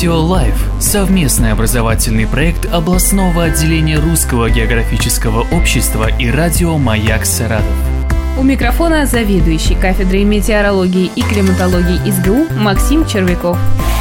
Метео Лайф – совместный образовательный проект областного отделения Русского географического общества и радио «Маяк Саратов». У микрофона заведующий кафедрой метеорологии и климатологии СГУ Максим Червяков.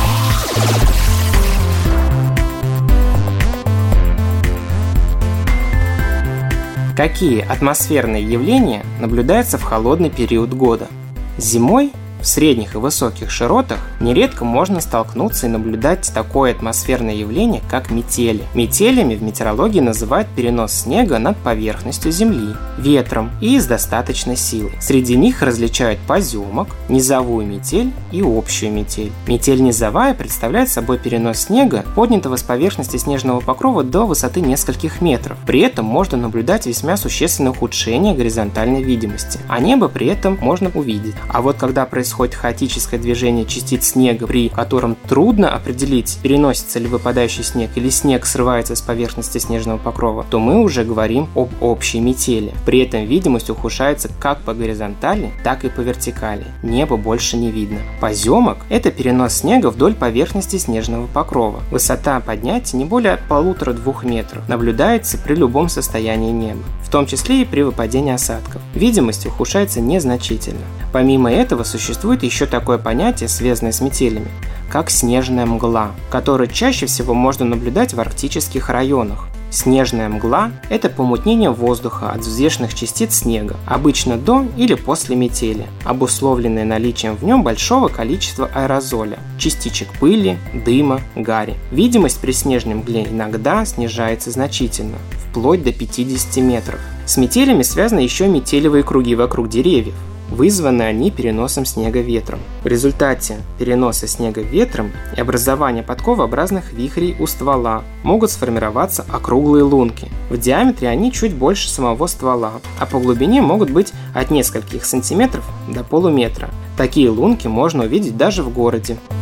Какие атмосферные явления наблюдаются в холодный период года? Зимой в средних и высоких широтах нередко можно столкнуться и наблюдать такое атмосферное явление, как метели. Метелями в метеорологии называют перенос снега над поверхностью Земли, ветром и с достаточной силой. Среди них различают поземок, низовую метель и общую метель. Метель низовая представляет собой перенос снега, поднятого с поверхности снежного покрова до высоты нескольких метров. При этом можно наблюдать весьма существенное ухудшение горизонтальной видимости, а небо при этом можно увидеть. А вот когда происходит хаотическое движение частиц снега, при котором трудно определить, переносится ли выпадающий снег или снег срывается с поверхности снежного покрова, то мы уже говорим об общей метели. При этом видимость ухудшается как по горизонтали, так и по вертикали. Небо больше не видно. Поземок – это перенос снега вдоль поверхности снежного покрова. Высота поднятия не более 1,5-2 метров. Наблюдается при любом состоянии неба, в том числе и при выпадении осадков. Видимость ухудшается незначительно. Помимо этого существует еще такое понятие, связанное с метелями, как снежная мгла, которую чаще всего можно наблюдать в арктических районах. Снежная мгла – это помутнение воздуха от взвешенных частиц снега, обычно до или после метели, обусловленное наличием в нем большого количества аэрозоля, частичек пыли, дыма, гари. Видимость при снежной мгле иногда снижается значительно, вплоть до 50 метров. С метелями связаны еще метелевые круги вокруг деревьев. Вызваны они переносом снега ветром. В результате переноса снега ветром и образования подковообразных вихрей у ствола могут сформироваться округлые лунки. В диаметре они чуть больше самого ствола, а по глубине могут быть от нескольких сантиметров до полуметра. Такие лунки можно увидеть даже в городе.